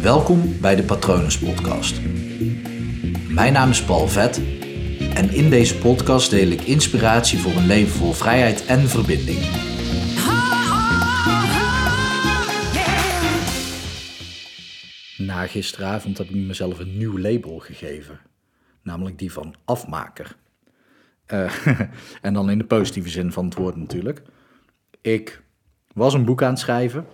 Welkom bij de Patronus Podcast. Mijn naam is Paul Vet en in deze podcast deel ik inspiratie voor een leven vol vrijheid en verbinding. Na gisteravond heb ik mezelf een nieuw label gegeven, namelijk die van afmaker. En dan in de positieve zin van het woord natuurlijk. Ik was een boek aan het schrijven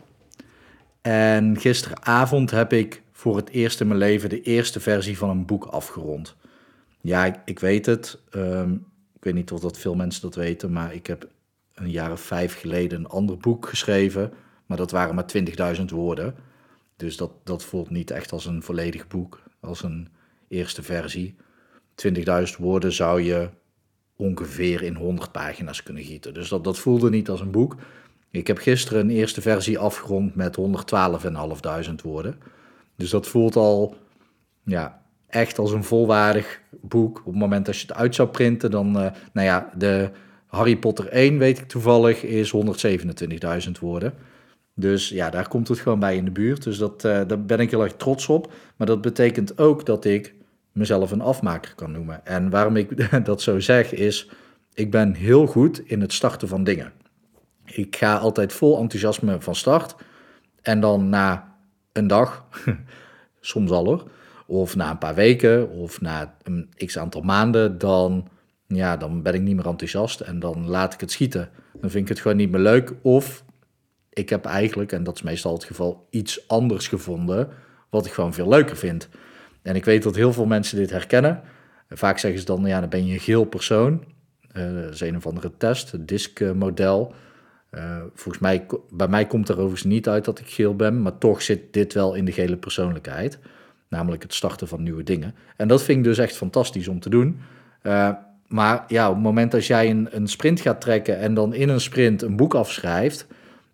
en gisteravond heb ik voor het eerst in mijn leven de eerste versie van een boek afgerond. Ja, ik weet het. Ik weet niet of dat veel mensen dat weten, maar ik heb een jaar of 5 geleden een ander boek geschreven, maar dat waren maar 20.000 woorden. Dus dat voelt niet echt als een volledig boek, als een eerste versie. 20.000 woorden zou je ongeveer in 100 pagina's kunnen gieten. Dus dat voelde niet als een boek. Ik heb gisteren een eerste versie afgerond met 112.500 woorden. Dus dat voelt al echt als een volwaardig boek. Op het moment dat je het uit zou printen, dan... de Harry Potter 1, weet ik toevallig, is 127.000 woorden. Dus ja, daar komt het gewoon bij in de buurt. Dus daar ben ik heel erg trots op. Maar dat betekent ook dat ik mezelf een afmaker kan noemen. En waarom ik dat zo zeg is, ik ben heel goed in het starten van dingen. Ik ga altijd vol enthousiasme van start. En dan na een dag, soms al hoor, of na een paar weken, of na een x-aantal maanden, dan ben ik niet meer enthousiast en dan laat ik het schieten. Dan vind ik het gewoon niet meer leuk. Of ik heb eigenlijk, en dat is meestal het geval, iets anders gevonden wat ik gewoon veel leuker vind. En ik weet dat heel veel mensen dit herkennen. Vaak zeggen ze dan, dan ben je een geel persoon. Dat is een of andere test, het DISC-model. Volgens mij, bij mij komt er overigens niet uit dat ik geel ben, maar toch zit dit wel in de gele persoonlijkheid. Namelijk het starten van nieuwe dingen. En dat vind ik dus echt fantastisch om te doen. Maar ja, op het moment dat jij een sprint gaat trekken en dan in een sprint een boek afschrijft,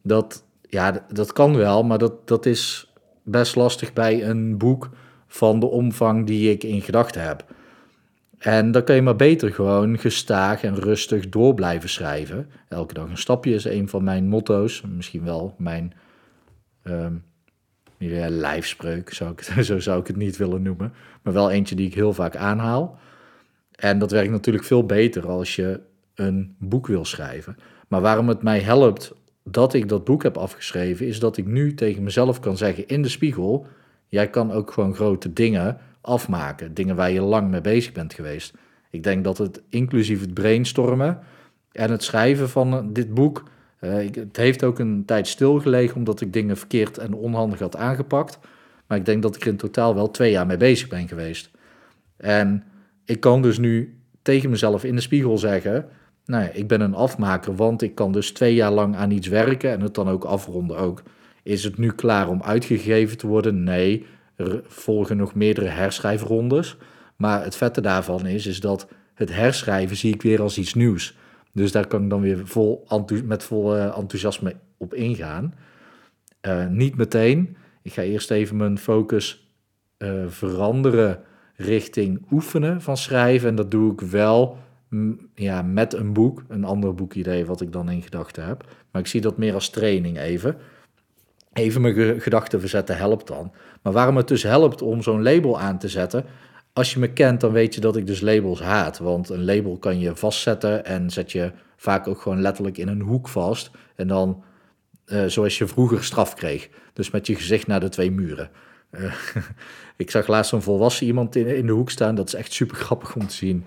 dat kan wel, maar dat is best lastig bij een boek van de omvang die ik in gedachten heb. En dan kun je maar beter gewoon gestaag en rustig door blijven schrijven. Elke dag een stapje is een van mijn motto's. Misschien wel mijn lijfspreuk, zo zou ik het niet willen noemen. Maar wel eentje die ik heel vaak aanhaal. En dat werkt natuurlijk veel beter als je een boek wil schrijven. Maar waarom het mij helpt dat ik dat boek heb afgeschreven, is dat ik nu tegen mezelf kan zeggen in de spiegel, jij kan ook gewoon grote dingen afmaken. Dingen waar je lang mee bezig bent geweest. Ik denk dat het inclusief het brainstormen en het schrijven van dit boek, het heeft ook een tijd stilgelegen omdat ik dingen verkeerd en onhandig had aangepakt. Maar ik denk dat ik er in totaal wel 2 jaar mee bezig ben geweest. En ik kan dus nu tegen mezelf in de spiegel zeggen, ik ben een afmaker, want ik kan dus 2 jaar lang aan iets werken en het dan ook afronden ook. Is het nu klaar om uitgegeven te worden? Nee, er volgen nog meerdere herschrijfrondes. Maar het vette daarvan is dat het herschrijven zie ik weer als iets nieuws. Dus daar kan ik dan weer met vol enthousiasme op ingaan. Niet meteen. Ik ga eerst even mijn focus veranderen richting oefenen van schrijven. En dat doe ik wel met een boek. Een ander boekidee wat ik dan in gedachten heb. Maar ik zie dat meer als training even. Even mijn gedachten verzetten helpt dan. Maar waarom het dus helpt om zo'n label aan te zetten, als je me kent, dan weet je dat ik dus labels haat. Want een label kan je vastzetten en zet je vaak ook gewoon letterlijk in een hoek vast. En dan zoals je vroeger straf kreeg. Dus met je gezicht naar de 2 muren. Ik zag laatst een volwassen iemand in de hoek staan. Dat is echt super grappig om te zien.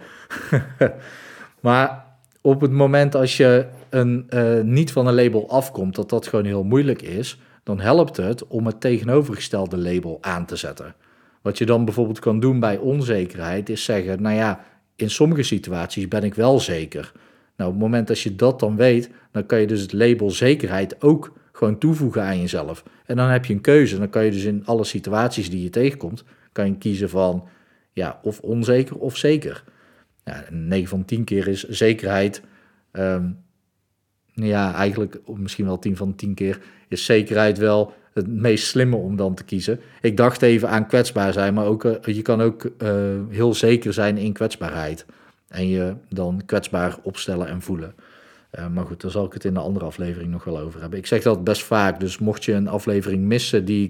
Maar op het moment als je niet van een label afkomt, dat gewoon heel moeilijk is, dan helpt het om het tegenovergestelde label aan te zetten. Wat je dan bijvoorbeeld kan doen bij onzekerheid is zeggen, in sommige situaties ben ik wel zeker. Nou, op het moment dat je dat dan weet, dan kan je dus het label zekerheid ook gewoon toevoegen aan jezelf. En dan heb je een keuze. Dan kan je dus in alle situaties die je tegenkomt, kan je kiezen van of onzeker of zeker. 9 van 10 keer is zekerheid, eigenlijk misschien wel 10 van 10 keer is zekerheid wel het meest slimme om dan te kiezen. Ik dacht even aan kwetsbaar zijn, maar ook, je kan ook heel zeker zijn in kwetsbaarheid. En je dan kwetsbaar opstellen en voelen. Maar goed, daar zal ik het in de andere aflevering nog wel over hebben. Ik zeg dat best vaak, dus mocht je een aflevering missen die ik heb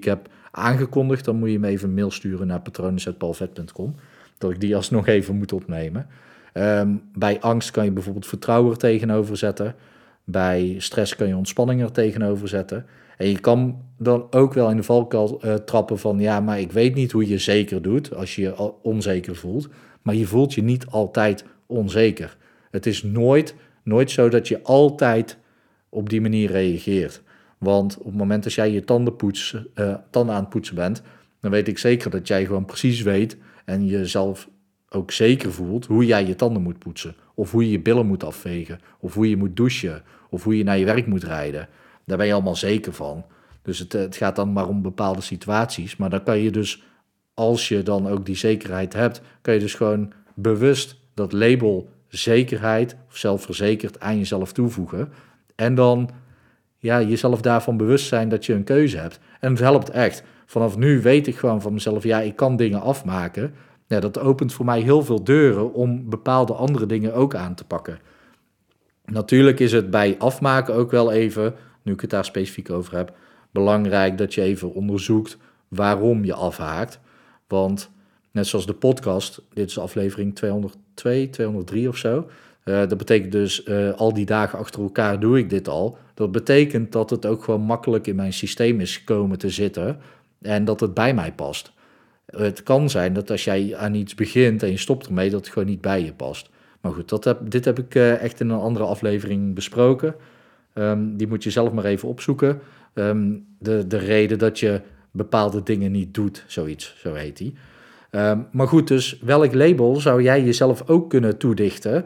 aangekondigd, dan moet je me even een mail sturen naar patronen@paulvet.com, dat ik die alsnog even moet opnemen. Bij angst kan je bijvoorbeeld vertrouwen er tegenover zetten. Bij stress kan je ontspanning er tegenover zetten. En je kan dan ook wel in de valkuil trappen van, ja, maar ik weet niet hoe je zeker doet als je je onzeker voelt. Maar je voelt je niet altijd onzeker. Het is nooit zo dat je altijd op die manier reageert. Want op het moment dat jij je tanden aan het poetsen bent, dan weet ik zeker dat jij gewoon precies weet en jezelf ook zeker voelt hoe jij je tanden moet poetsen. Of hoe je je billen moet afvegen. Of hoe je moet douchen. Of hoe je naar je werk moet rijden. Daar ben je allemaal zeker van. Dus het gaat dan maar om bepaalde situaties. Maar dan kan je dus, als je dan ook die zekerheid hebt, kan je dus gewoon bewust dat label zekerheid of zelfverzekerd aan jezelf toevoegen. En dan jezelf daarvan bewust zijn dat je een keuze hebt. En het helpt echt. Vanaf nu weet ik gewoon van mezelf, ja, ik kan dingen afmaken. Ja, dat opent voor mij heel veel deuren om bepaalde andere dingen ook aan te pakken. Natuurlijk is het bij afmaken ook wel even, nu ik het daar specifiek over heb, belangrijk dat je even onderzoekt waarom je afhaakt. Want net zoals de podcast, dit is aflevering 202, 203 of zo. Dat betekent dus al die dagen achter elkaar doe ik dit al. Dat betekent dat het ook gewoon makkelijk in mijn systeem is komen te zitten en dat het bij mij past. Het kan zijn dat als jij aan iets begint en je stopt ermee, dat het gewoon niet bij je past. Maar goed, dit heb ik echt in een andere aflevering besproken. Die moet je zelf maar even opzoeken. De reden dat je bepaalde dingen niet doet, zoiets, zo heet die. Maar goed, dus welk label zou jij jezelf ook kunnen toedichten?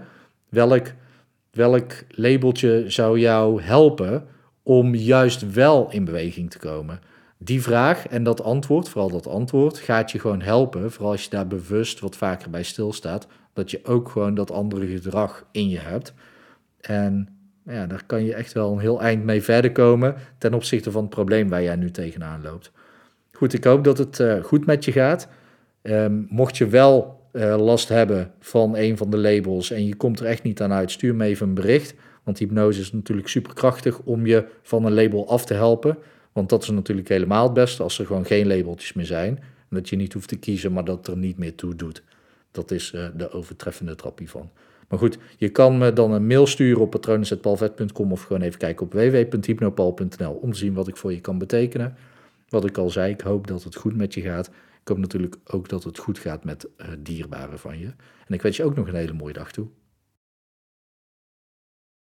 Welk labeltje zou jou helpen om juist wel in beweging te komen? Die vraag en dat antwoord, vooral dat antwoord, gaat je gewoon helpen, vooral als je daar bewust wat vaker bij stilstaat, dat je ook gewoon dat andere gedrag in je hebt. En ja, daar kan je echt wel een heel eind mee verder komen ten opzichte van het probleem waar jij nu tegenaan loopt. Goed, ik hoop dat het goed met je gaat. Mocht je wel last hebben van een van de labels en je komt er echt niet aan uit, stuur me even een bericht. Want hypnose is natuurlijk superkrachtig om je van een label af te helpen. Want dat is natuurlijk helemaal het beste als er gewoon geen labeltjes meer zijn. En dat je niet hoeft te kiezen, maar dat het er niet meer toe doet. Dat is de overtreffende trap hiervan. Maar goed, je kan me dan een mail sturen op patronen@paulvet.com of gewoon even kijken op www.hypnopal.nl om te zien wat ik voor je kan betekenen. Wat ik al zei, ik hoop dat het goed met je gaat. Ik hoop natuurlijk ook dat het goed gaat met dierbaren van je. En ik wens je ook nog een hele mooie dag toe.